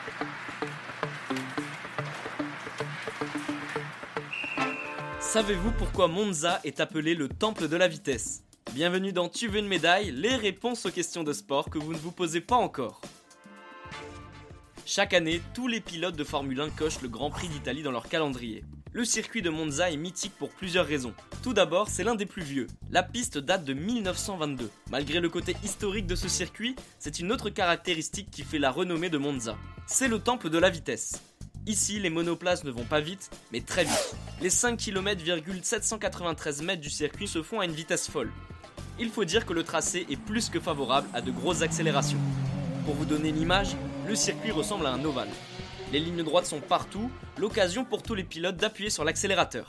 Savez-vous pourquoi Monza est appelé le temple de la vitesse ? Bienvenue dans Tu veux une médaille, les réponses aux questions de sport que vous ne vous posez pas encore. Chaque année, tous les pilotes de Formule 1 cochent le Grand Prix d'Italie dans leur calendrier. Le circuit de Monza est mythique pour plusieurs raisons. Tout d'abord, c'est l'un des plus vieux. La piste date de 1922. Malgré le côté historique de ce circuit, c'est une autre caractéristique qui fait la renommée de Monza. C'est le temple de la vitesse. Ici, les monoplaces ne vont pas vite, mais très vite. Les 5 km,793 mètres du circuit se font à une vitesse folle. Il faut dire que le tracé est plus que favorable à de grosses accélérations. Pour vous donner une image, le circuit ressemble à un ovale. Les lignes droites sont partout, l'occasion pour tous les pilotes d'appuyer sur l'accélérateur.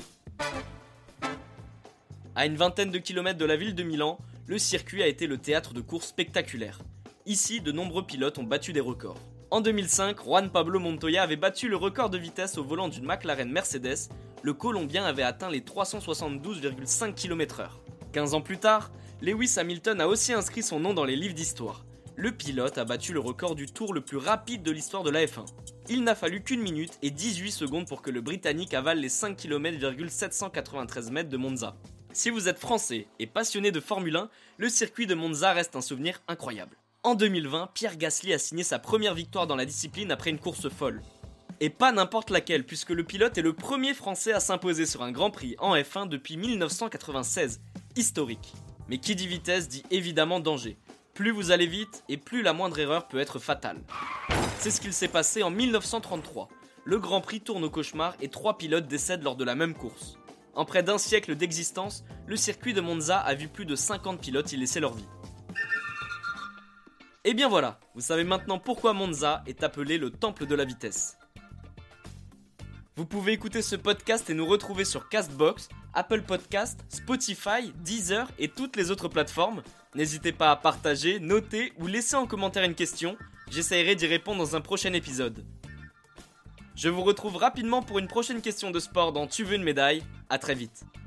À une vingtaine de kilomètres de la ville de Milan, le circuit a été le théâtre de courses spectaculaires. Ici, de nombreux pilotes ont battu des records. En 2005, Juan Pablo Montoya avait battu le record de vitesse au volant d'une McLaren Mercedes. Le Colombien avait atteint les 372,5 km/h. 15 ans plus tard, Lewis Hamilton a aussi inscrit son nom dans les livres d'histoire. Le pilote a battu le record du tour le plus rapide de l'histoire de la F1. Il n'a fallu qu'1 minute et 18 secondes pour que le Britannique avale les 5 km,793 mètres de Monza. Si vous êtes français et passionné de Formule 1, le circuit de Monza reste un souvenir incroyable. En 2020, Pierre Gasly a signé sa première victoire dans la discipline après une course folle. Et pas n'importe laquelle, puisque le pilote est le premier français à s'imposer sur un Grand Prix en F1 depuis 1996. Historique. Mais qui dit vitesse dit évidemment danger. Plus vous allez vite et plus la moindre erreur peut être fatale. C'est ce qu'il s'est passé en 1933. Le Grand Prix tourne au cauchemar et 3 pilotes décèdent lors de la même course. En près d'un siècle d'existence, le circuit de Monza a vu plus de 50 pilotes y laisser leur vie. Et bien voilà, vous savez maintenant pourquoi Monza est appelé le temple de la vitesse. Vous pouvez écouter ce podcast et nous retrouver sur Castbox, Apple Podcast, Spotify, Deezer et toutes les autres plateformes. N'hésitez pas à partager, noter ou laisser en commentaire une question. J'essaierai d'y répondre dans un prochain épisode. Je vous retrouve rapidement pour une prochaine question de sport dans Tu veux une médaille. À très vite.